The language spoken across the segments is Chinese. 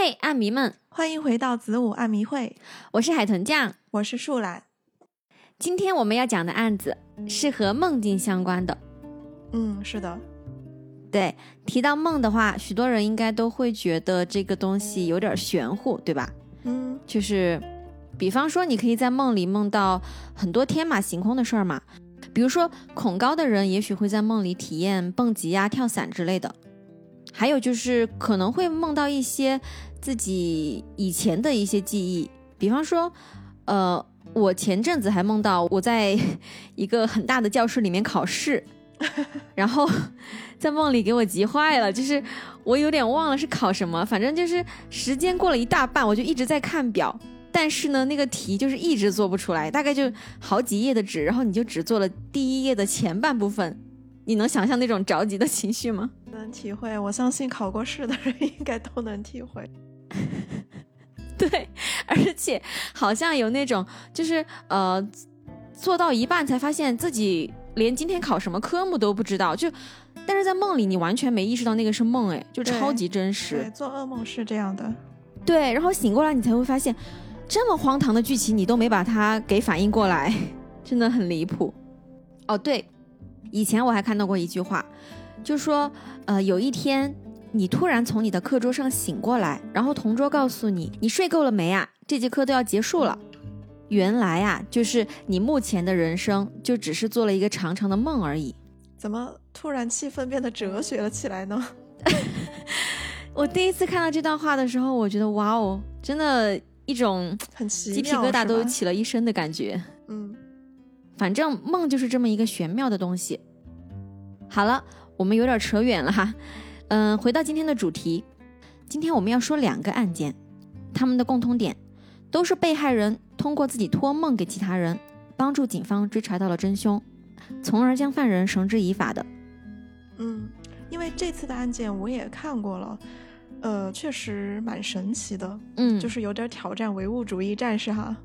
嘿，暗迷们， 欢迎回到子午暗迷会， 我是海豚酱， 我是树懒。 今天我们要讲的案子是和梦境相关的。 是的。 对，提到梦的话，许多人应该都会觉得这个东西有点玄乎，对吧？就是比方说你可以在梦里梦到很多天马行空的事儿嘛，比如说恐高的人也许会在梦里体验蹦极啊、跳伞之类的，还有就是可能会梦到一些自己以前的一些记忆，比方说我前阵子还梦到我在一个很大的教室里面考试然后在梦里给我急坏了，就是我有点忘了是考什么，反正就是时间过了一大半，我就一直在看表，但是呢那个题就是一直做不出来，大概就好几页的纸，然后你就只做了第一页的前半部分，你能想象那种着急的情绪吗？ 能体会，我相信考过试的人应该都能体会对，而且好像有那种就是做到一半才发现自己连今天考什么科目都不知道，但是在梦里你完全没意识到那个是梦，就超级真实。 对，做噩梦是这样的。 对，然后醒过来你才会发现这么荒唐的剧情你都没把它给反应过来，真的很离谱。哦对，以前我还看到过一句话，就说有一天你突然从你的课桌上醒过来，然后同桌告诉你你睡够了没啊，这节课都要结束了。原来啊，就是你目前的人生就只是做了一个长长的梦而已。 怎么突然气氛变得哲学了起来呢？ 我第一次看到这段话的时候，我觉得哇哦，真的一种很奇妙， 鸡皮疙瘩都起了一身的感觉。反正梦就是这么一个玄妙的东西。好了，我们有点扯远了哈。回到今天的主题，今天我们要说2个案件，他们的共通点都是被害人通过自己托梦给其他人，帮助警方追查到了真凶，从而将犯人绳之以法的。 因为这次的案件我也看过了，确实蛮神奇的，就是有点挑战唯物主义战士哈。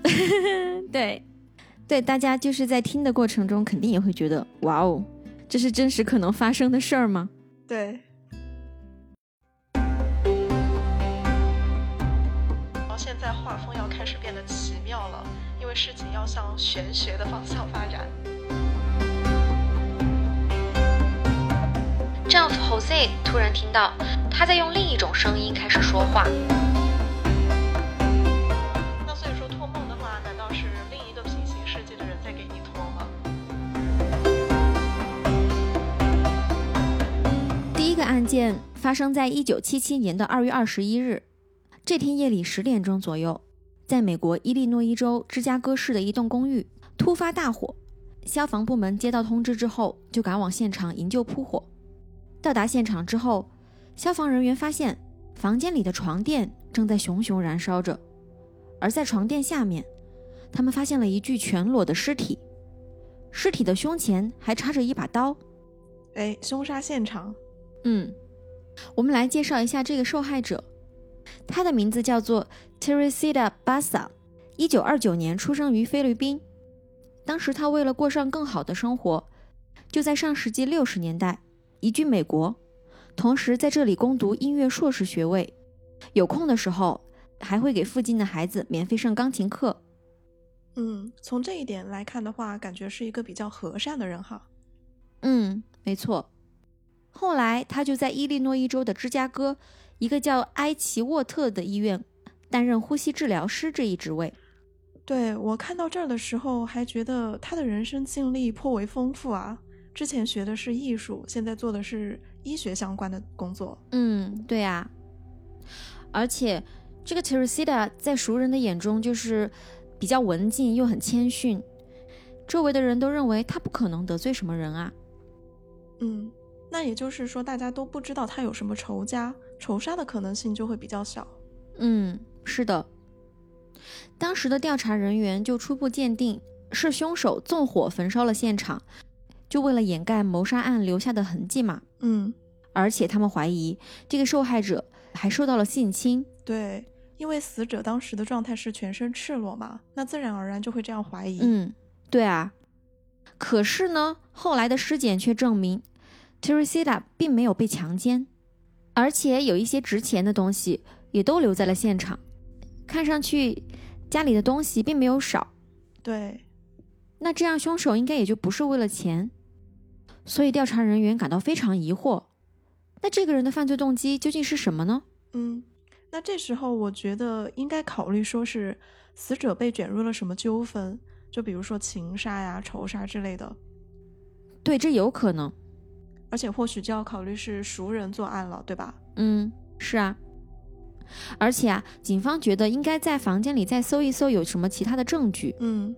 对，大家就是在听的过程中肯定也会觉得哇哦，这是真实可能发生的事儿吗？对。现在画风要开始变得奇妙了，因为事情要向玄学的方向发展。丈夫 Jose 突然听到他在用另一种声音开始说话。那所以说托梦的话，难道是另一个平行世界的人在给你托吗？第一个案件发生在1977年的2月21日。这天夜里10点钟左右，在美国伊利诺伊州芝加哥市的一栋公寓突发大火，消防部门接到通知之后就赶往现场营救扑火。到达现场之后，消防人员发现房间里的床垫正在熊熊燃烧着，而在床垫下面，他们发现了一具全裸的尸体，尸体的胸前还插着一把刀。凶杀现场。我们来介绍一下这个受害者。他的名字叫做 Teresita Basa， 1929年出生于菲律宾。当时他为了过上更好的生活，就在上世纪60年代移居美国，同时在这里攻读音乐硕士学位，有空的时候还会给附近的孩子免费上钢琴课。从这一点来看的话，感觉是一个比较和善的人哈。没错。后来他就在伊利诺伊州的芝加哥一个叫埃奇沃特的医院担任呼吸治疗师这一职位。对，我看到这儿的时候还觉得他的人生经历颇为丰富啊，之前学的是艺术，现在做的是医学相关的工作。对啊，而且这个 Teresita 在熟人的眼中就是比较文静又很谦逊，周围的人都认为他不可能得罪什么人啊。那也就是说大家都不知道他有什么仇家，仇杀的可能性就会比较小。是的。当时的调查人员就初步鉴定是凶手纵火焚烧了现场，就为了掩盖谋杀案留下的痕迹嘛。而且他们怀疑这个受害者还受到了性侵。对，因为死者当时的状态是全身赤裸嘛，那自然而然就会这样怀疑。对啊。可是呢，后来的尸检却证明Teresita 并没有被强奸，而且有一些值钱的东西也都留在了现场，看上去家里的东西并没有少。 对， 那这样凶手应该也就不是为了钱，所以调查人员感到非常疑惑。那这个人的犯罪动机究竟是什么呢？ 那这时候我觉得应该考虑说是死者被卷入了什么纠纷，就比如说情杀呀、仇杀之类的。 对，这有可能。 而且或许就要考虑是熟人作案了，对吧？ 是啊。而且啊，警方觉得应该在房间里再搜一搜有什么其他的证据。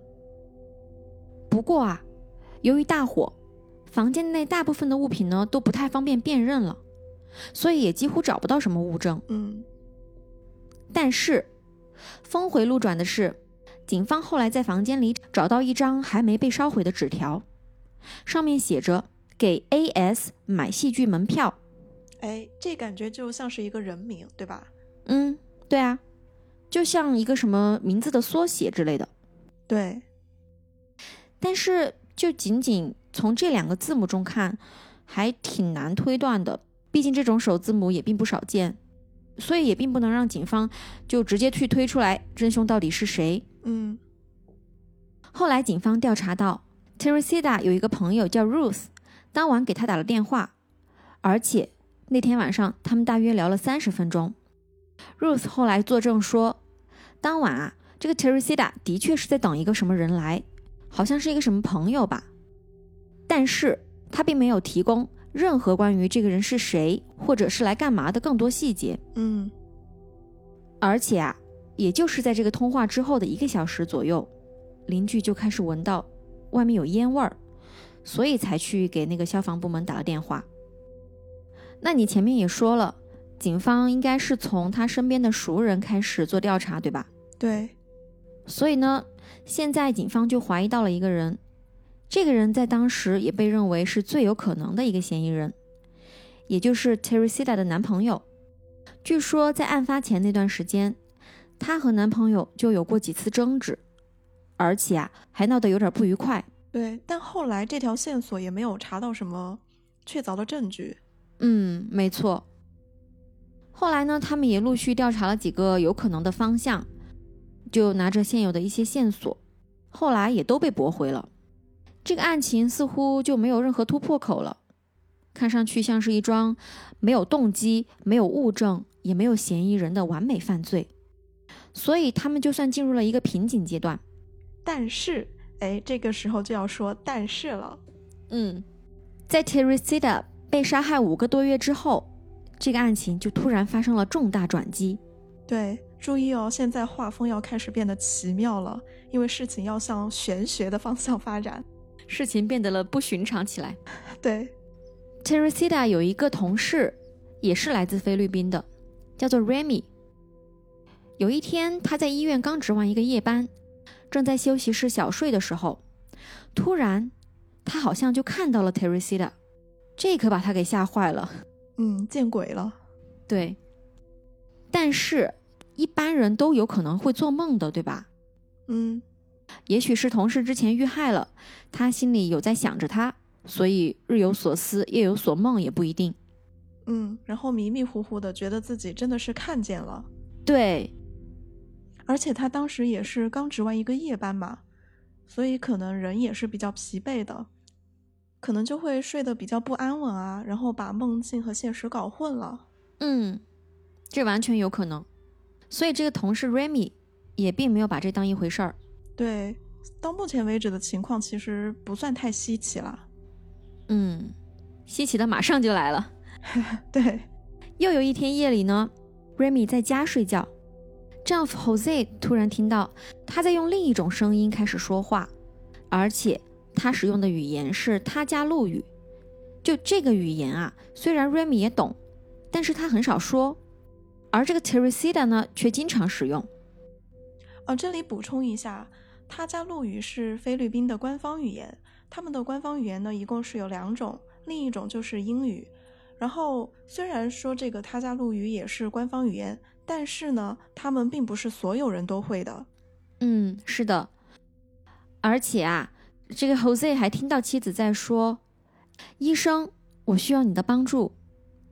不过啊，由于大火，房间内大部分的物品呢都不太方便辨认了，所以也几乎找不到什么物证。但是峰回路转的是，警方后来在房间里找到一张还没被烧毁的纸条，上面写着给 AS 买戏剧门票。 这感觉就像是一个人名，对吧？ 对啊，就像一个什么名字的缩写之类的。 对， 但是就仅仅从这2个字母中看，还挺难推断的，毕竟这种首字母也并不少见，所以也并不能让警方就直接去推出来真凶到底是谁。后来警方调查到 Teresita 有一个朋友叫 Ruth， 当晚给他打了电话，而且那天晚上他们大约聊了30分钟。Ruth 后来作证说，当晚啊，这个 Teresita 的确是在等一个什么人来，好像是一个什么朋友吧，但是他并没有提供任何关于这个人是谁或者是来干嘛的更多细节。而且啊，也就是在这个通话之后的1个小时左右，邻居就开始闻到外面有烟味儿，所以才去给那个消防部门打了电话。那你前面也说了，警方应该是从他身边的熟人开始做调查，对吧？ 对。 所以呢，现在警方就怀疑到了一个人，这个人在当时也被认为是最有可能的一个嫌疑人，也就是 Teresita 的男朋友。据说在案发前那段时间，她和男朋友就有过几次争执，而且啊，还闹得有点不愉快。 对，但后来这条线索也没有查到什么确凿的证据。 没错。后来呢，他们也陆续调查了几个有可能的方向，就拿着现有的一些线索，后来也都被驳回了。这个案情似乎就没有任何突破口了，看上去像是一桩没有动机、没有物证、也没有嫌疑人的完美犯罪。所以他们就算进入了一个瓶颈阶段。 但是这个时候就要说但是了。 在 Teresita 被杀害5个多月之后，这个案情就突然发生了重大转机。 对，注意哦，现在画风要开始变得奇妙了，因为事情要向玄学的方向发展， 事情变得了不寻常起来。 对， Teresita 有一个同事也是来自菲律宾的，叫做 Remy。 有一天他在医院刚值完一个夜班，正在休息室小睡的时候，突然他好像就看到了 Teresita， 这可把他给吓坏了。 见鬼了。 对，但是一般人都有可能会做梦的，对吧？也许是同事之前遇害了，他心里有在想着他，所以日有所思夜有所梦也不一定。 然后迷迷糊糊的觉得自己真的是看见了。 对， 而且他当时也是刚值完一个夜班嘛，所以可能人也是比较疲惫的，可能就会睡得比较不安稳啊，然后把梦境和现实搞混了。 这完全有可能。所以这个同事 Remy 也并没有把这当一回事儿。 对，到目前为止的情况其实不算太稀奇了。 稀奇的马上就来了。 对， 又有一天夜里呢， Remy 在家睡觉，丈夫 Jose 突然听到他在用另一种声音开始说话，而且他使用的语言是他加陆语。就这个语言啊，虽然 Remy 也懂，但是他很少说，而这个 Teresita 呢却经常使用。 这里补充一下，他加陆语是菲律宾的官方语言，他们的官方语言呢一共是有2种，另一种就是英语。然后虽然说这个他加陆语也是官方语言，但是呢他们并不是所有人都会的。 是的。而且啊，这个 Jose 还听到妻子在说，医生，我需要你的帮助。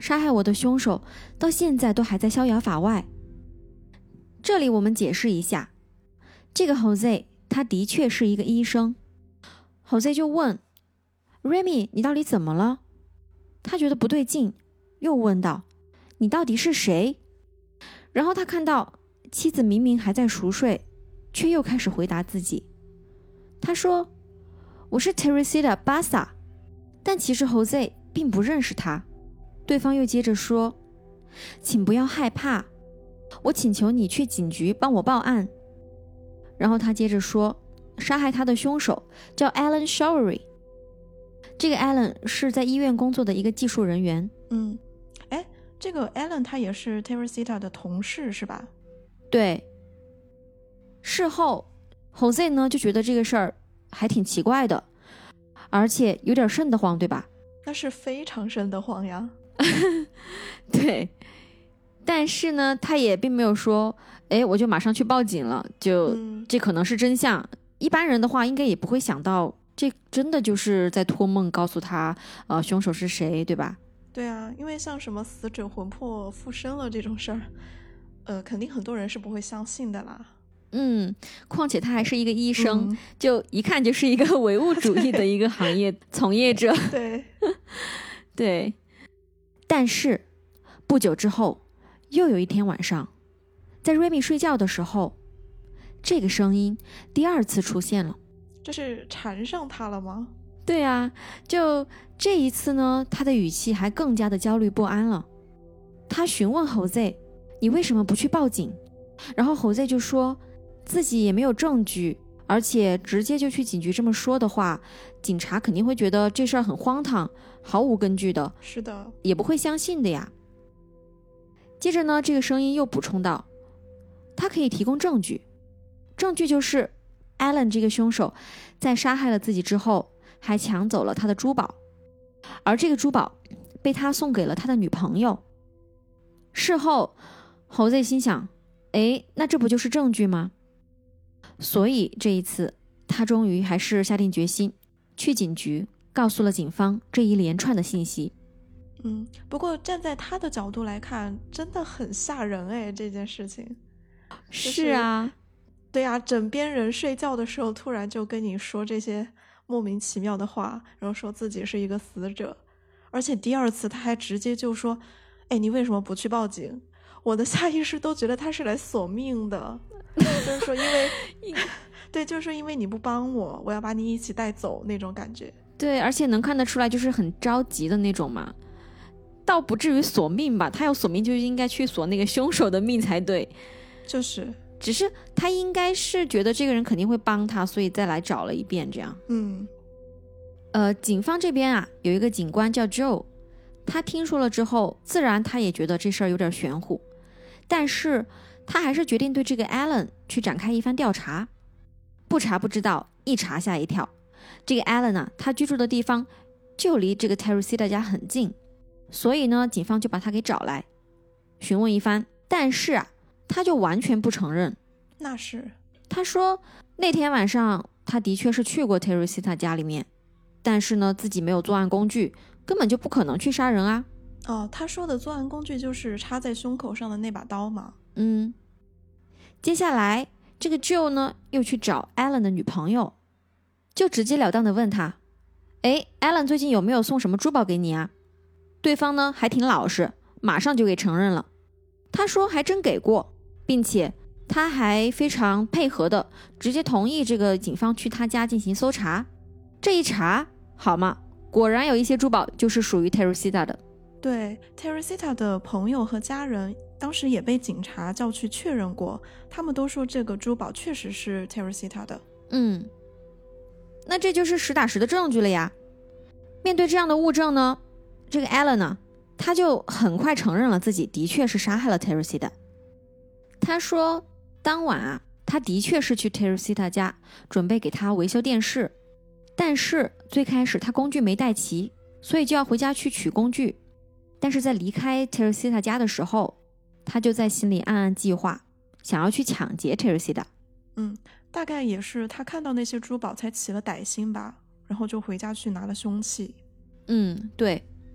杀害我的凶手到现在都还在逍遥法外。这里我们解释一下，这个 Jose 他的确是一个医生。Jose 就问 Remy 你到底怎么了？他觉得不对劲，又问道你到底是谁？然后他看到妻子明明还在熟睡，却又开始回答自己。他说我是 Teresita Basa， 但其实 Jose 并不认识他。对方又接着说，请不要害怕，我请求你去警局帮我报案。然后他接着说，杀害他的凶手叫 Alan Showery， 这个 Alan 是在医院工作的一个技术人员。 这个 Alan 他也是 Teresita 的同事是吧？ 对。事后 Jose 呢就觉得这个事儿还挺奇怪的，而且有点瘆得慌，对吧？ 那是非常瘆得慌呀。 对，但是呢他也并没有说我就马上去报警了，这可能是真相。一般人的话应该也不会想到这真的就是在托梦告诉他凶手是谁，对吧？ 对啊，因为像什么死者魂魄附身了这种事儿，肯定很多人是不会相信的啦。 况且他还是一个医生，就一看就是一个唯物主义的一个行业从业者。 对对。但是不久之后，又有一天晚上，在 Remy 睡觉的时候，这个声音第二次出现了。 这是缠上他了吗？ 对啊，就这一次呢，他的语气还更加的焦虑不安了。他询问 Jose 你为什么不去报警？然后 Jose 就说自己也没有证据，而且直接就去警局这么说的话，警察肯定会觉得这事儿很荒唐，毫无根据的。 是的， 也不会相信的呀。接着呢，这个声音又补充道，他可以提供证据，证据就是 Alan 这个凶手在杀害了自己之后还抢走了他的珠宝，而这个珠宝被他送给了他的女朋友。事后 Jose 心想，那这不就是证据吗？所以这一次他终于还是下定决心去警局告诉了警方这一连串的信息。 不过站在他的角度来看真的很吓人这件事情。 是啊， 对啊，枕边人睡觉的时候突然就跟你说这些莫名其妙的话，然后说自己是一个死者，而且第二次他还直接就说你为什么不去报警？我的下意识都觉得他是来索命的。就是说对，就是说因为你不帮我，我要把你一起带走那种感觉。 对，而且能看得出来就是很着急的那种嘛，倒不至于索命吧，他要索命就应该去索那个凶手的命才对。 就是只是他应该是觉得这个人肯定会帮他，所以再来找了一遍这样。警方这边啊有一个警官叫 Joe， 他听说了之后自然他也觉得这事儿有点玄乎，但是他还是决定对这个 Alan 去展开一番调查。不查不知道，一查吓一跳，这个 Alan 啊，他居住的地方就离这个 Teresita 家很近，所以呢警方就把他给找来询问一番。但是啊他就完全不承认。 那是他说那天晚上他的确是去过 Teresita 家里面，但是呢自己没有作案工具，根本就不可能去杀人啊。 他说的作案工具就是插在胸口上的那把刀嘛。 接下来这个 Joe 呢又去找 Alan 的女朋友，就直截了当的问他Alan 最近有没有送什么珠宝给你啊？对方呢还挺老实，马上就给承认了。他说还真给过，并且他还非常配合的直接同意这个警方去他家进行搜查。这一查好吗，果然有一些珠宝就是属于 Teresita 的。 对， Teresita 的朋友和家人当时也被警察叫去确认过，他们都说这个珠宝确实是 Teresita 的。 那这就是实打实的证据了呀。面对这样的物证呢，这个 Alan 呢他就很快承认了自己的确是杀害了 Teresita。他说当晚啊他的确是去 Teresita 家准备给他维修电视，但是最开始他工具没带齐，所以就要回家去取工具。但是在离开 Teresita 家的时候，他就在心里暗暗计划想要去抢劫 Teresita。 大概也是他看到那些珠宝才起了歹心吧，然后就回家去拿了凶器。 对。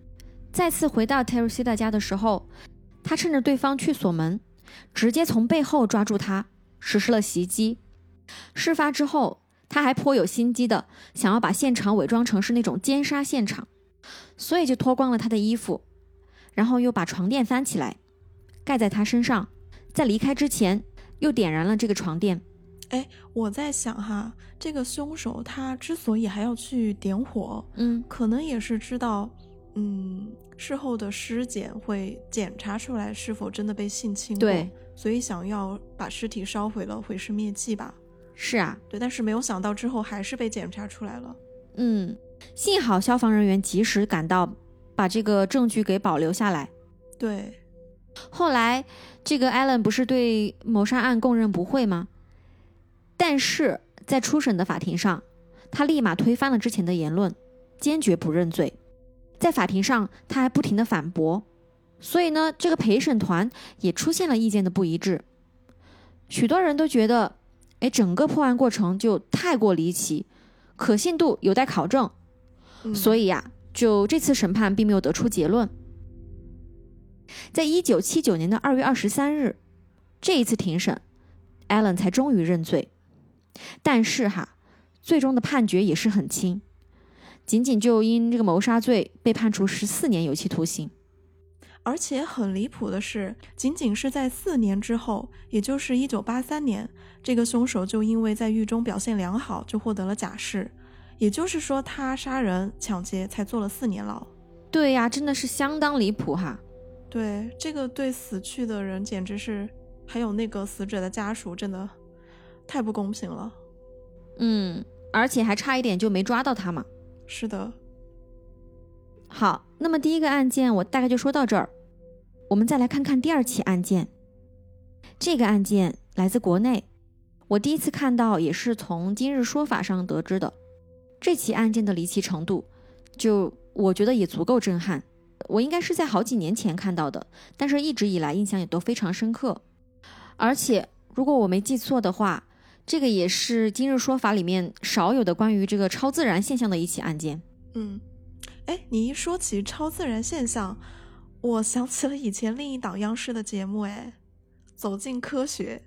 再次回到 Teresita 家的时候，他趁着对方去锁门，直接从背后抓住他，实施了袭击。事发之后，他还颇有心机的想要把现场伪装成是那种奸杀现场，所以就脱光了他的衣服，然后又把床垫翻起来盖在他身上，在离开之前又点燃了这个床垫。 我在想哈，这个凶手他之所以还要去点火，可能也是知道事后的尸检会检查出来是否真的被性侵过， 对， 所以想要把尸体烧毁了毁尸灭迹吧。 是啊， 对，但是没有想到之后还是被检查出来了。 幸好消防人员及时赶到，把这个证据给保留下来。 对， 后来这个 Alan 不是对谋杀案供认不讳吗？但是在初审的法庭上，他立马推翻了之前的言论，坚决不认罪。在法庭上他还不停地反驳，所以呢，这个陪审团也出现了意见的不一致。许多人都觉得整个破案过程就太过离奇，可信度有待考证，所以就这次审判并没有得出结论。在1979年的2月23日，这一次庭审 Alan 才终于认罪，但是最终的判决也是很轻，仅仅就因这个谋杀罪被判处14年有期徒刑。 而且很离谱的是，仅仅是在4年之后，也就是1983年，这个凶手就因为在狱中表现良好，就获得了假释。也就是说，他杀人、抢劫才坐了4年牢。 对呀，真的是相当离谱对，这个对死去的人简直是，还有那个死者的家属，真的太不公平了。 而且还差一点就没抓到他嘛。 是的。 好，那么第一个案件我大概就说到这儿，我们再来看看第二起案件。这个案件来自国内，我第一次看到也是从今日说法上得知的。这起案件的离奇程度，就我觉得也足够震撼。我应该是在好几年前看到的，但是一直以来印象也都非常深刻。而且如果我没记错的话，这个也是今日说法里面少有的关于这个超自然现象的一起案件。 你一说起超自然现象，我想起了以前另一档央视的节目，走进科学。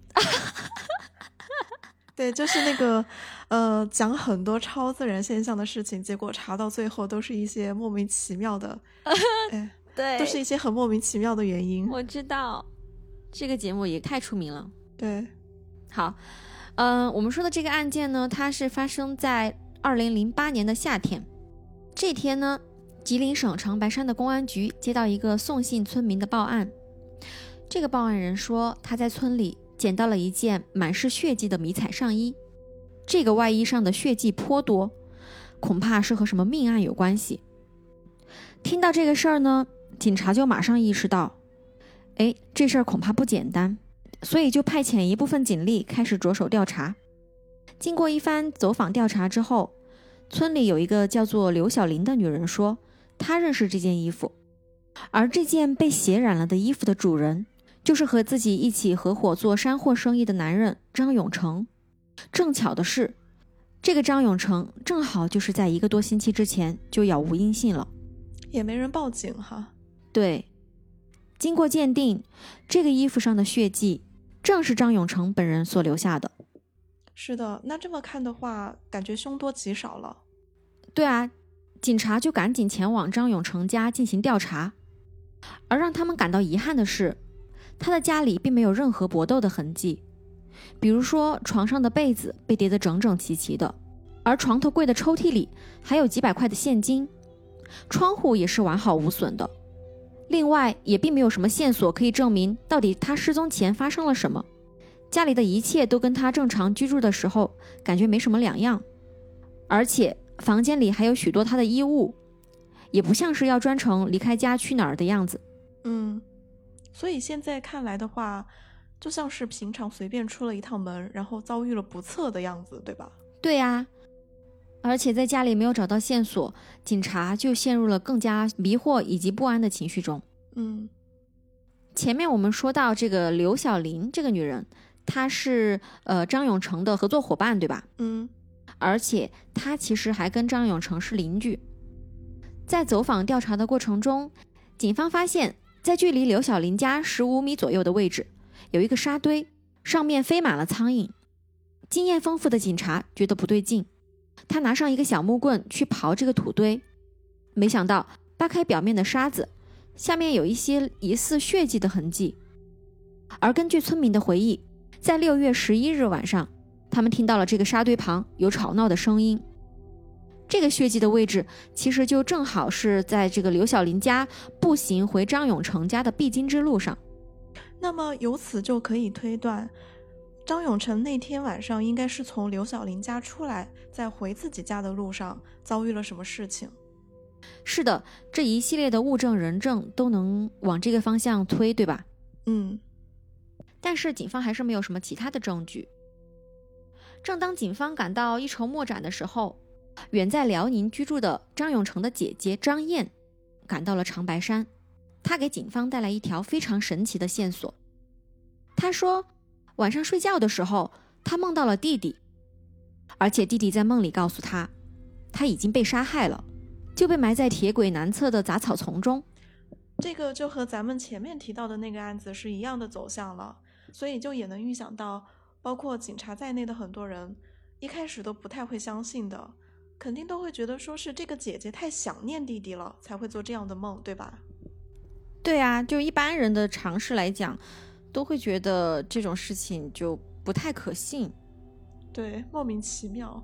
对，就是那个讲很多超自然现象的事情，结果查到最后都是一些莫名其妙的对， 都是一些很莫名其妙的原因。 我知道这个节目也太出名了。 对， 好，我们说的这个案件呢，它是发生在2008年的夏天。这天呢，吉林省长白山的公安局接到一个宋姓村民的报案。这个报案人说，他在村里捡到了一件满是血迹的迷彩上衣，这个外衣上的血迹颇多，恐怕是和什么命案有关系。听到这个事儿呢，警察就马上意识到，这事儿恐怕不简单，所以就派遣一部分警力开始着手调查。经过一番走访调查之后，村里有一个叫做刘小玲的女人说，她认识这件衣服，而这件被血染了的衣服的主人就是和自己一起合伙做山货生意的男人张永成。正巧的是，这个张永成正好就是在1个多星期之前就杳无音信了， 也没人报警哈。 对，经过鉴定，这个衣服上的血迹正是张永成本人所留下的。 是的，那这么看的话，感觉凶多吉少了。 对啊，警察就赶紧前往张永成家进行调查。而让他们感到遗憾的是，他的家里并没有任何搏斗的痕迹，比如说床上的被子被叠得整整齐齐的，而床头柜的抽屉里还有几百块的现金，窗户也是完好无损的。另外也并没有什么线索可以证明到底他失踪前发生了什么，家里的一切都跟他正常居住的时候感觉没什么两样。而且房间里还有许多他的衣物，也不像是要专程离开家去哪儿的样子。 所以现在看来的话，就像是平常随便出了一趟门，然后遭遇了不测的样子，对吧？ 对啊，而且在家里没有找到线索，警察就陷入了更加迷惑以及不安的情绪中。前面我们说到这个刘小玲这个女人，她是张永成的合作伙伴，对吧？而且她其实还跟张永成是邻居。 在走访调查的过程中，警方发现在距离刘小林家15米左右的位置有一个沙堆，上面飞满了苍蝇。经验丰富的警察觉得不对劲，他拿上一个小木棍去刨这个土堆，没想到扒开表面的沙子，下面有一些疑似血迹的痕迹。而根据村民的回忆，在6月11日晚上，他们听到了这个沙堆旁有吵闹的声音。这个血迹的位置其实就正好是在这个刘小林家步行回张永成家的必经之路上。 那么由此就可以推断，张永成那天晚上应该是从刘小林家出来，在回自己家的路上遭遇了什么事情。 是的，这一系列的物证人证都能往这个方向推，对吧？但是警方还是没有什么其他的证据。正当警方感到一筹莫展的时候，远在辽宁居住的张永成的姐姐张燕赶到了长白山，她给警方带来一条非常神奇的线索。她说晚上睡觉的时候，她梦到了弟弟，而且弟弟在梦里告诉她，他已经被杀害了，就被埋在铁轨南侧的杂草丛中。 这个就和咱们前面提到的那个案子是一样的走向了，所以就也能预想到，包括警察在内的很多人一开始都不太会相信的，肯定都会觉得说是这个姐姐太想念弟弟了才会做这样的梦，对吧？ 对啊，就一般人的常识来讲，都会觉得这种事情就不太可信。 对，莫名其妙。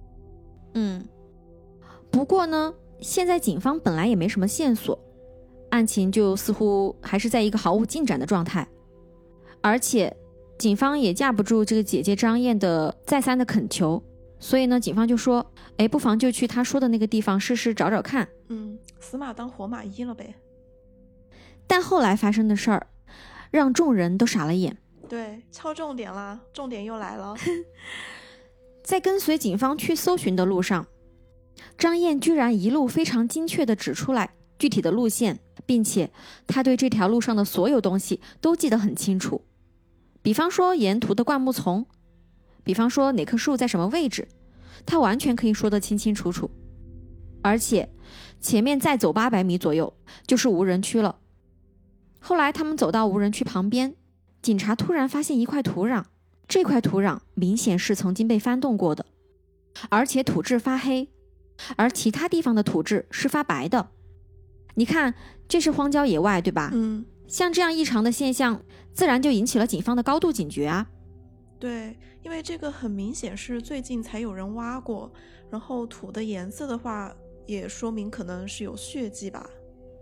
不过呢，现在警方本来也没什么线索，案情就似乎还是在一个毫无进展的状态，而且警方也架不住这个姐姐张燕的再三的恳求，所以呢，警方就说，不妨就去她说的那个地方试试找找看。 死马当活马医了呗。 但后来发生的事儿让众人都傻了眼。 对，敲重点啦，重点又来了。 在跟随警方去搜寻的路上，张燕居然一路非常精确地指出来具体的路线，并且她对这条路上的所有东西都记得很清楚，比方说沿途的灌木丛，比方说哪棵树在什么位置，她完全可以说得清清楚楚。而且前面再走800米左右就是无人区了。后来他们走到无人区旁边，警察突然发现一块土壤，这块土壤明显是曾经被翻动过的，而且土质发黑，而其他地方的土质是发白的。你看，这是荒郊野外，对吧？像这样异常的现象，自然就引起了警方的高度警觉啊。 对，因为这个很明显是最近才有人挖过，然后土的颜色的话，也说明可能是有血迹吧。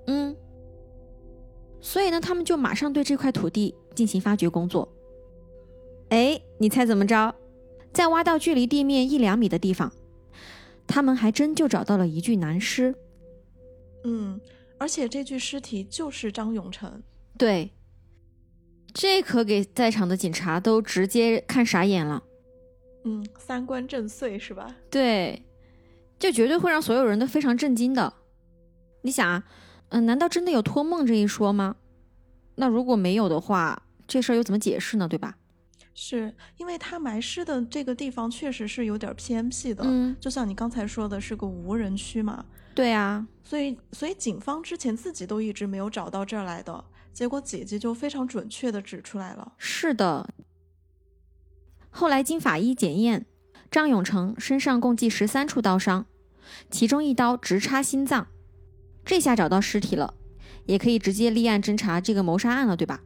所以呢，他们就马上对这块土地进行发掘工作。你猜怎么着？在挖到距离地面1-2米的地方，他们还真就找到了一具男尸。 而且这具尸体就是张永成。 对，这可给在场的警察都直接看傻眼了。 三观震碎是吧？ 对，就绝对会让所有人都非常震惊的。你想啊，难道真的有托梦这一说吗？那如果没有的话，这事儿又怎么解释呢？对吧？ 是因为他埋尸的这个地方确实是有点偏僻的，就像你刚才说的是个无人区嘛。 对啊， 所以警方之前自己都一直没有找到这儿来的，结果姐姐就非常准确的指出来了。 是的。后来经法医检验，张永成身上共计13处刀伤，其中1刀直插心脏，这下找到尸体了，也可以直接立案侦查这个谋杀案了，对吧？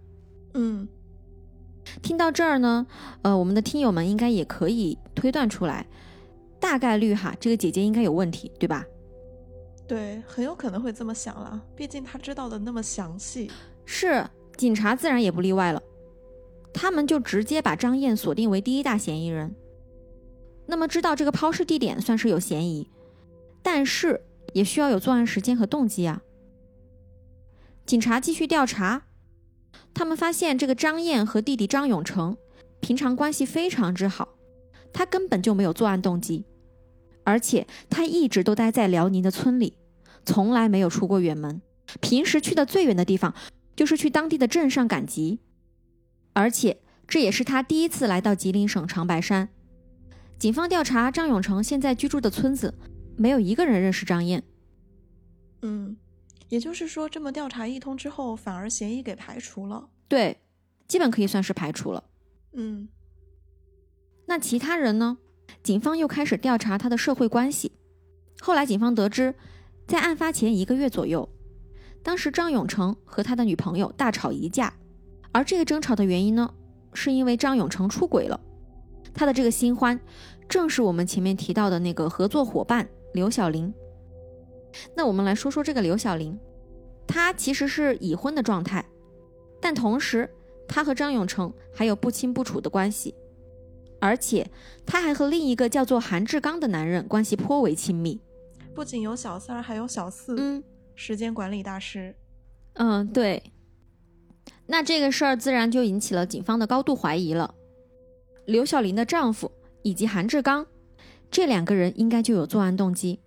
听到这儿呢，我们的听友们应该也可以推断出来，大概率这个姐姐应该有问题，对吧？ 对，很有可能会这么想了，毕竟她知道的那么详细。 是，警察自然也不例外了，他们就直接把张燕锁定为第1大嫌疑人。那么知道这个抛尸地点算是有嫌疑，但是也需要有作案时间和动机啊。警察继续调查，他们发现这个张燕和弟弟张永成平常关系非常之好，他根本就没有作案动机，而且他一直都待在辽宁的村里，从来没有出过远门，平时去的最远的地方就是去当地的镇上赶集，而且这也是他第1次来到吉林省长白山。警方调查张永成现在居住的村子，没有一个人认识张燕。 也就是说这么调查一通之后反而嫌疑给排除了。 对，基本可以算是排除了。那其他人呢？警方又开始调查他的社会关系。后来警方得知，在案发前1个月左右，当时张永成和他的女朋友大吵一架，而这个争吵的原因呢，是因为张永成出轨了。他的这个新欢正是我们前面提到的那个合作伙伴刘晓玲。那我们来说说这个刘晓玲，她其实是已婚的状态，但同时她和张永成还有不清不楚的关系，而且她还和另一个叫做韩志刚的男人关系颇为亲密， 不仅有小三还有小四，时间管理大师。 对。那这个事儿自然就引起了警方的高度怀疑了。刘晓玲的丈夫以及韩志刚这2个人应该就有作案动机。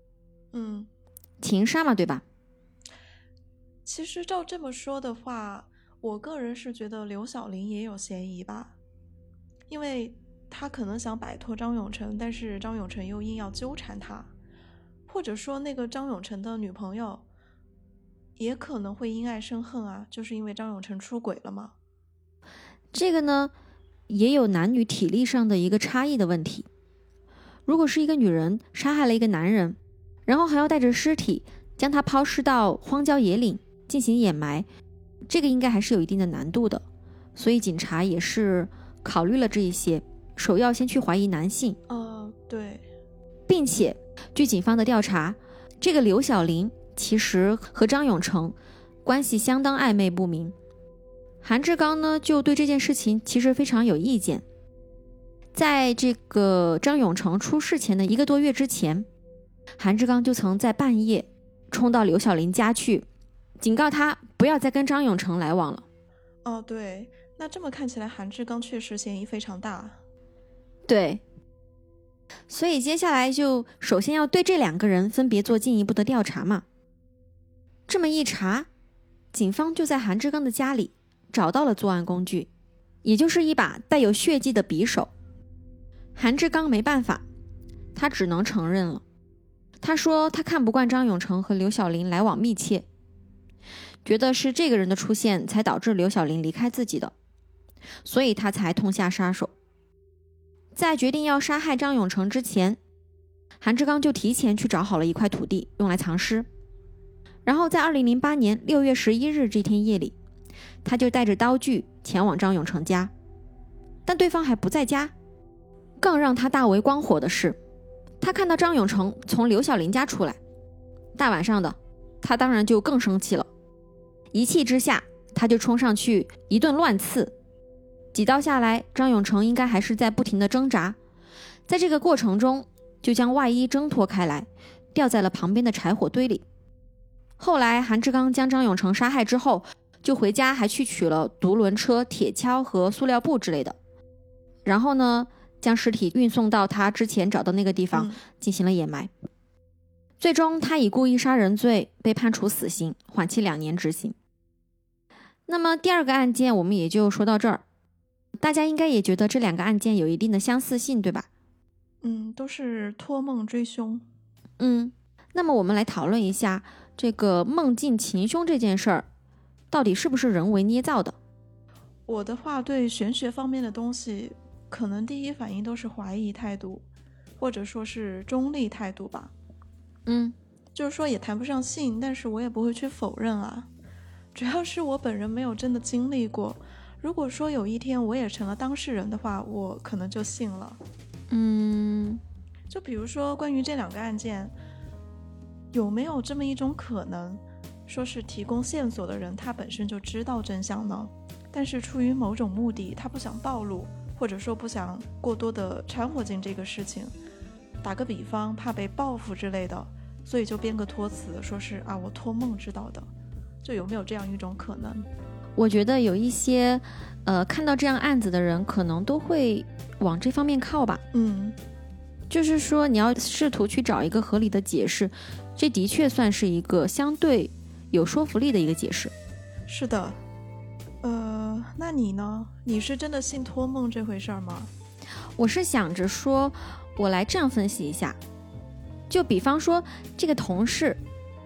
情杀嘛，对吧？ 其实照这么说的话，我个人是觉得刘晓玲也有嫌疑吧，因为他可能想摆脱张永成，但是张永成又硬要纠缠他，或者说那个张永成的女朋友也可能会因爱生恨啊，就是因为张永成出轨了嘛。 这个呢，也有男女体力上的一个差异的问题。如果是一个女人杀害了一个男人，然后还要带着尸体将他抛尸到荒郊野岭进行掩埋，这个应该还是有一定的难度的。所以警察也是考虑了这一些，首要先去怀疑男性。 对， 并且据警方的调查，这个刘晓玲其实和张永成关系相当暧昧不明。韩志刚呢，就对这件事情其实非常有意见。在这个张永成出事前的1个多月之前，韩志刚就曾在半夜冲到刘晓玲家去，警告他不要再跟张永成来往了。 对，那这么看起来韩志刚确实嫌疑非常大。 对，所以接下来就首先要对这2个人分别做进一步的调查嘛。这么一查，警方就在韩志刚的家里找到了作案工具，也就是一把带有血迹的匕首。韩志刚没办法，他只能承认了。他说他看不惯张永成和刘晓玲来往密切，觉得是这个人的出现才导致刘晓玲离开自己的，所以他才痛下杀手。在决定要杀害张永成之前，韩志刚就提前去找好了一块土地用来藏尸，然后在2008年6月11日这天夜里，他就带着刀具前往张永成家，但对方还不在家。更让他大为光火的是，他看到张永成从刘晓玲家出来，大晚上的，他当然就更生气了。一气之下，他就冲上去一顿乱刺，几刀下来，张永成应该还是在不停的挣扎，在这个过程中就将外衣挣脱开来，掉在了旁边的柴火堆里。后来韩志刚将张永成杀害之后，就回家还去取了独轮车、铁锹和塑料布之类的，然后呢将尸体运送到他之前找的那个地方进行了掩埋。最终他以故意杀人罪被判处死刑，缓期2年执行。那么第2个案件我们也就说到这儿，大家应该也觉得这2个案件有一定的相似性，对吧？ 都是托梦追凶。 那么我们来讨论一下这个梦境情凶这件事儿到底是不是人为捏造的。 我的话，对玄学方面的东西可能第一反应都是怀疑态度，或者说是中立态度吧。就是说也谈不上信，但是我也不会去否认啊。主要是我本人没有真的经历过，如果说有一天我也成了当事人的话，我可能就信了。就比如说关于这2个案件，有没有这么一种可能，说是提供线索的人他本身就知道真相呢，但是出于某种目的他不想暴露，或者说不想过多的掺和进这个事情，打个比方怕被报复之类的，所以就编个托词说是我托梦知道的，就有没有这样一种可能？ 我觉得有一些看到这样案子的人可能都会往这方面靠吧。就是说你要试图去找一个合理的解释，这的确算是一个相对有说服力的一个解释。 是的。那你呢？你是真的信托梦这回事儿吗？ 我是想着说，我来这样分析一下，就比方说这个同事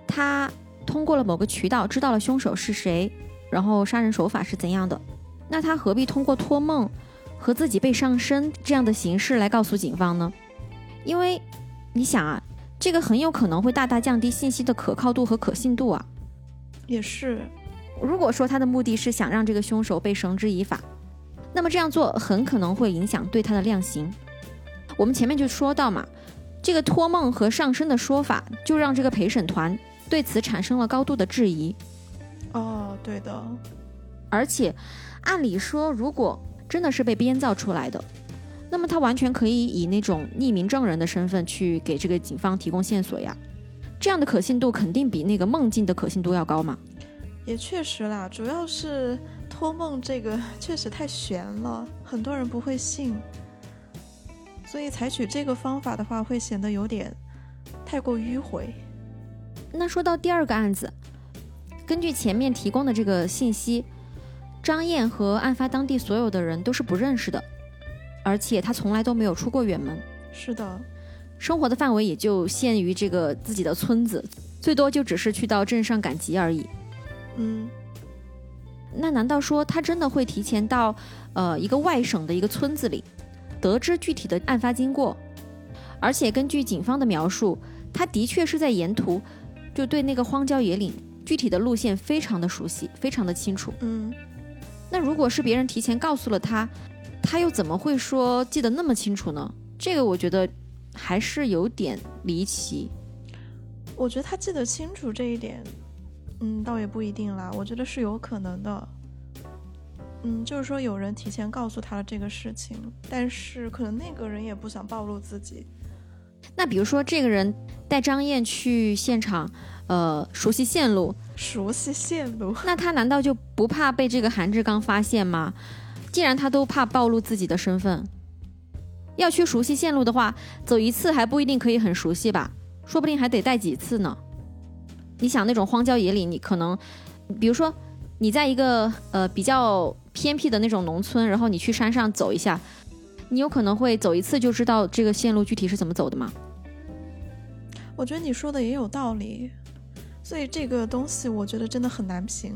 他通过了某个渠道知道了凶手是谁，然后杀人手法是怎样的，那他何必通过托梦和自己被上身这样的形式来告诉警方呢？因为你想啊，这个很有可能会大大降低信息的可靠度和可信度啊。 也是， 如果说他的目的是想让这个凶手被绳之以法，那么这样做很可能会影响对他的量刑。我们前面就说到嘛，这个托梦和上身的说法就让这个陪审团对此产生了高度的质疑。 哦，对的。 而且按理说，如果真的是被编造出来的，那么他完全可以以那种匿名证人的身份去给这个警方提供线索呀，这样的可信度肯定比那个梦境的可信度要高嘛。 也确实啦，主要是托梦这个确实太悬了，很多人不会信，所以采取这个方法的话会显得有点太过迂回。 那说到第二个案子，根据前面提供的这个信息，张燕和案发当地所有的人都是不认识的，而且他从来都没有出过远门。 是的， 生活的范围也就限于这个自己的村子，最多就只是去到镇上赶集而已。那难道说他真的会提前到一个外省的一个村子里，得知具体的案发经过？而且根据警方的描述，他的确是在沿途就对那个荒郊野岭具体的路线非常的熟悉，非常的清楚。那如果是别人提前告诉了他，他又怎么会说记得那么清楚呢？这个我觉得还是有点离奇。 我觉得他记得清楚这一点倒也不一定啦，我觉得是有可能的。就是说有人提前告诉他了这个事情，但是可能那个人也不想暴露自己。 那比如说这个人带张燕去现场熟悉线路，那他难道就不怕被这个韩志刚发现吗？既然他都怕暴露自己的身份，要去熟悉线路的话，走一次还不一定可以很熟悉吧，说不定还得带几次呢。你想那种荒郊野岭，你可能比如说你在一个比较偏僻的那种农村，然后你去山上走一下，你有可能会走一次就知道这个线路具体是怎么走的吗？ 我觉得你说的也有道理，所以这个东西我觉得真的很难评。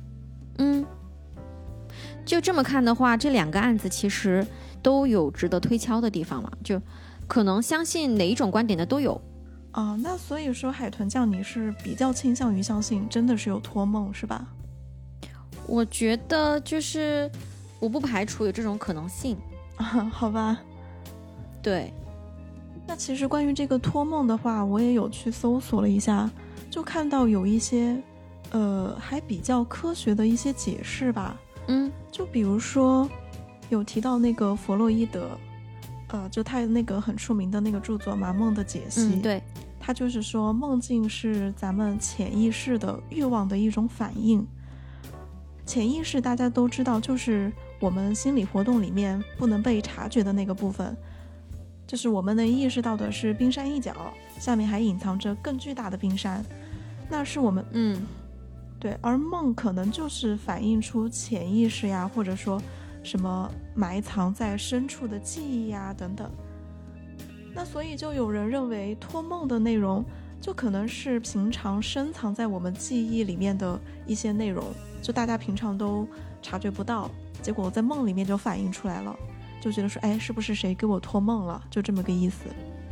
就这么看的话，这两个案子其实都有值得推敲的地方嘛，就可能相信哪一种观点的都有。 那所以说海豚酱你是比较倾向于相信真的是有托梦是吧？ 我觉得就是我不排除有这种可能性。 好吧。 对。 那其实关于这个托梦的话，我也有去搜索了一下，就看到有一些还比较科学的一些解释吧。就比如说有提到那个弗洛伊德，就他那个很出名的那个著作《盲梦的解析》。 对， 他就是说梦境是咱们潜意识的欲望的一种反应。潜意识大家都知道，就是我们心理活动里面不能被察觉的那个部分，就是我们能意识到的是冰山一角，下面还隐藏着更巨大的冰山，那是我们对，而梦可能就是反映出潜意识呀，或者说什么埋藏在深处的记忆呀等等。那所以就有人认为托梦的内容就可能是平常深藏在我们记忆里面的一些内容，就大家平常都察觉不到，结果在梦里面就反映出来了，就觉得说是不是谁给我托梦了，就这么个意思。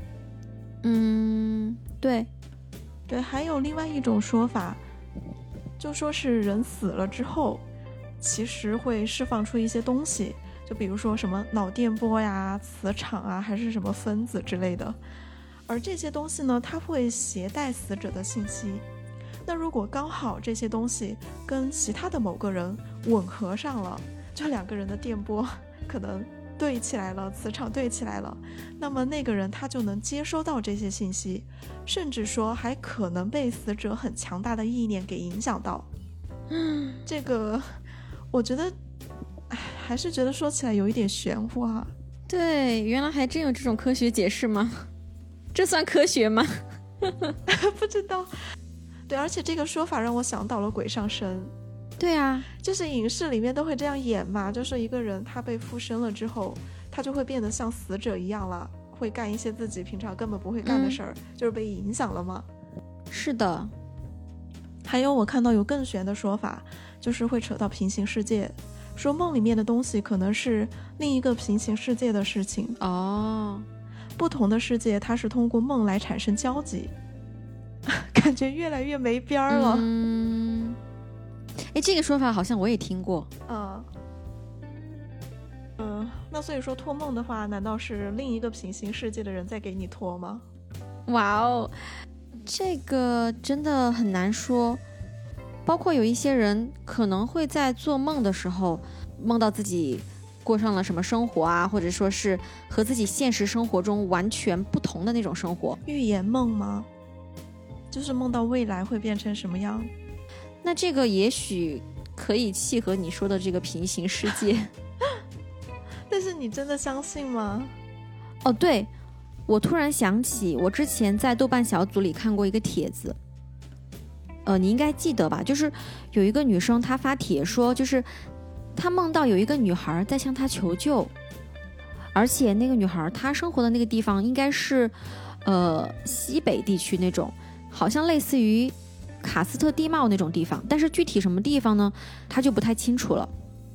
对，还有另外一种说法，就说是人死了之后其实会释放出一些东西，就比如说什么脑电波呀、磁场啊，还是什么分子之类的，而这些东西呢，它会携带死者的信息。那如果刚好这些东西跟其他的某个人吻合上了，就两个人的电波可能对起来了，磁场对起来了，那么那个人他就能接收到这些信息，甚至说还可能被死者很强大的意念给影响到。这个我觉得还是觉得说起来有一点玄乎啊。 对，原来还真有这种科学解释吗？这算科学吗？ 不知道。对，而且这个说法让我想到了鬼上身。 对啊， 就是影视里面都会这样演嘛，就是一个人他被附身了之后，他就会变得像死者一样了，会干一些自己平常根本不会干的事儿，就是被影响了嘛。 是的。 还有我看到有更玄的说法，就是会扯到平行世界，说梦里面的东西可能是另一个平行世界的事情不同的世界它是通过梦来产生交集感觉越来越没边了。 这个说法好像我也听过。 那所以说托梦的话，难道是另一个平行世界的人在给你托吗？ 哇哦，这个真的很难说。包括有一些人可能会在做梦的时候梦到自己过上了什么生活啊，或者说是和自己现实生活中完全不同的那种生活。 预言梦吗？就是梦到未来会变成什么样？ 那这个也许可以契合你说的这个平行世界但是你真的相信吗？ 对，我突然想起我之前在豆瓣小组里看过一个帖子，你应该记得吧，就是有一个女生她发帖说，就是她梦到有一个女孩在向她求救，而且那个女孩她生活的那个地方应该是西北地区那种，好像类似于喀斯特地貌那种地方，但是具体什么地方呢她就不太清楚了。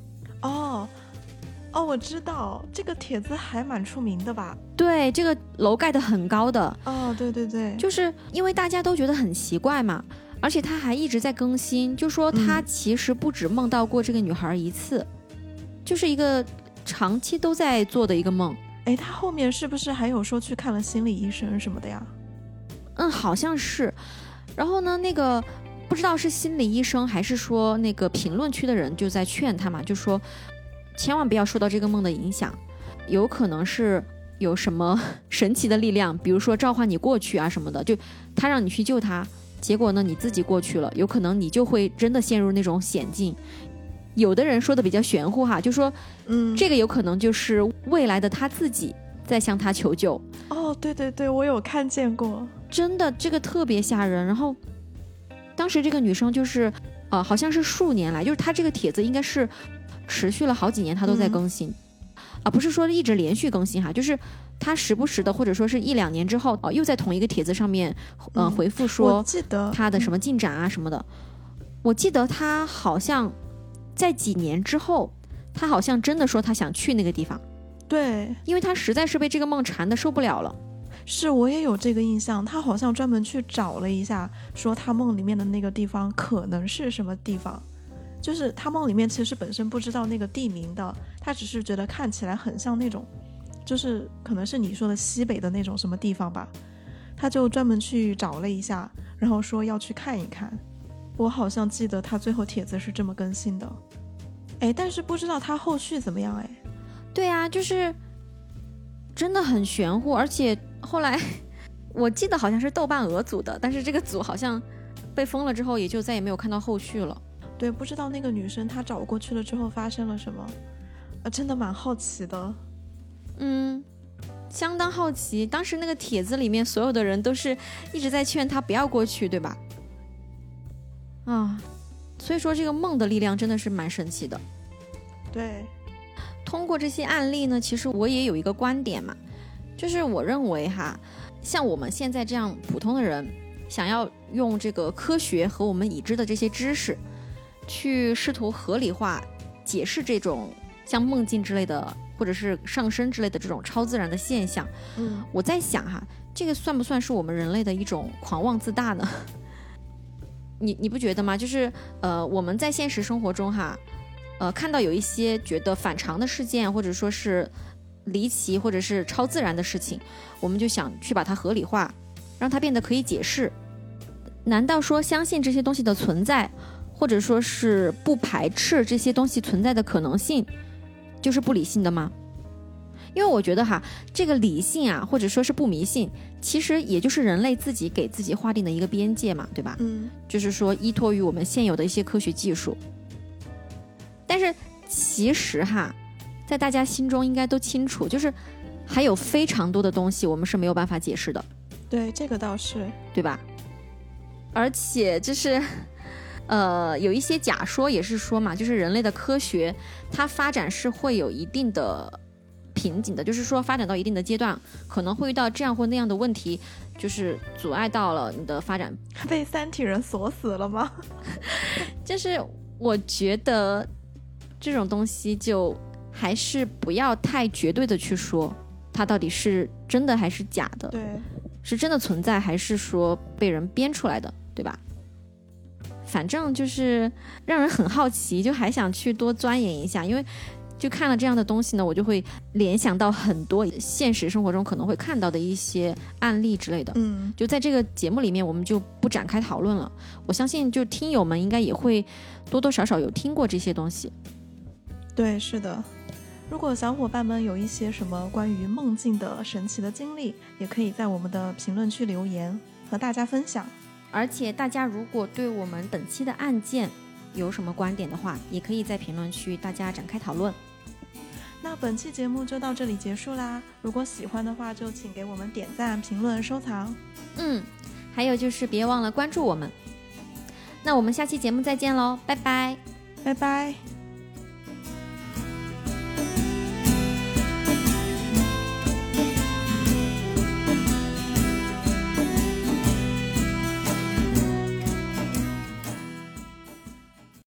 我知道这个帖子还蛮出名的吧？ 对，这个楼盖得很高的。 对对对， 就是因为大家都觉得很奇怪嘛，而且他还一直在更新，就说他其实不止梦到过这个女孩一次，就是一个长期都在做的一个梦。 他后面是不是还有说去看了心理医生什么的呀？ 好像是。然后呢，那个不知道是心理医生还是说那个评论区的人就在劝他嘛，就说千万不要受到这个梦的影响，有可能是有什么神奇的力量，比如说召唤你过去啊什么的，就他让你去救他，结果呢你自己过去了，有可能你就会真的陷入那种险境。有的人说的比较玄乎哈，就说这个有可能就是未来的他自己在向他求救。 对对对，我有看见过， 真的这个特别吓人。然后当时这个女生就是好像是数年来，就是她这个帖子应该是持续了好几年她都在更新，不是说一直连续更新哈，就是她时不时的或者说是1-2年之后又在同一个帖子上面回复说她的什么进展啊什么的。我记得她好像在几年之后，她好像真的说她想去那个地方。 对， 因为她实在是被这个梦缠的受不了了。 是，我也有这个印象，她好像专门去找了一下，说她梦里面的那个地方可能是什么地方，就是她梦里面其实本身不知道那个地名的，她只是觉得看起来很像那种，就是可能是你说的西北的那种什么地方吧，她就专门去找了一下，然后说要去看一看。我好像记得她最后帖子是这么更新的，但是不知道她后续怎么样。 对啊，就是真的很玄乎。而且后来我记得好像是豆瓣鹅组的，但是这个组好像被封了之后也就再也没有看到后续了。 对，不知道那个女生她找过去了之后发生了什么，真的蛮好奇的。 相当好奇。当时那个帖子里面所有的人都是一直在劝她不要过去，对吧？所以说这个梦的力量真的是蛮神奇的。 对， 通过这些案例呢，其实我也有一个观点嘛，就是我认为哈，像我们现在这样普通的人，想要用这个科学和我们已知的这些知识去试图合理化解释这种像梦境之类的或者是上升之类的这种超自然的现象，我在想哈，这个算不算是我们人类的一种狂妄自大呢？你不觉得吗？就是我们在现实生活中哈，看到有一些觉得反常的事件，或者说是离奇或者是超自然的事情，我们就想去把它合理化，让它变得可以解释。难道说相信这些东西的存在，或者说是不排斥这些东西存在的可能性，就是不理性的吗？因为我觉得哈，这个理性啊，或者说是不迷信，其实也就是人类自己给自己划定的一个边界嘛，对吧？就是说依托于我们现有的一些科学技术。但是其实哈，在大家心中应该都清楚，就是还有非常多的东西我们是没有办法解释的。 对，这个倒是， 对吧？而且就是有一些假说也是说嘛，就是人类的科学它发展是会有一定的瓶瓶颈的，就是说发展到一定的阶段可能会遇到这样或那样的问题，就是阻碍到了你的发展。 被三体人锁死了吗？ 就是我觉得这种东西就还是不要太绝对的去说它到底是真的还是假的， 对， 是真的存在还是说被人编出来的，对吧？反正就是让人很好奇，就还想去多钻研一下，因为就看了这样的东西呢，我就会联想到很多现实生活中可能会看到的一些案例之类的。就在这个节目里面我们就不展开讨论了，我相信就听友们应该也会多多少少有听过这些东西。 对，是的。如果小伙伴们有一些什么关于梦境的神奇的经历，也可以在我们的评论区留言和大家分享。 而且大家如果对我们本期的案件有什么观点的话，也可以在评论区大家展开讨论。 那本期节目就到这里结束啦，如果喜欢的话就请给我们点赞、评论、收藏。 还有就是别忘了关注我们。那我们下期节目再见咯，拜拜。 拜拜。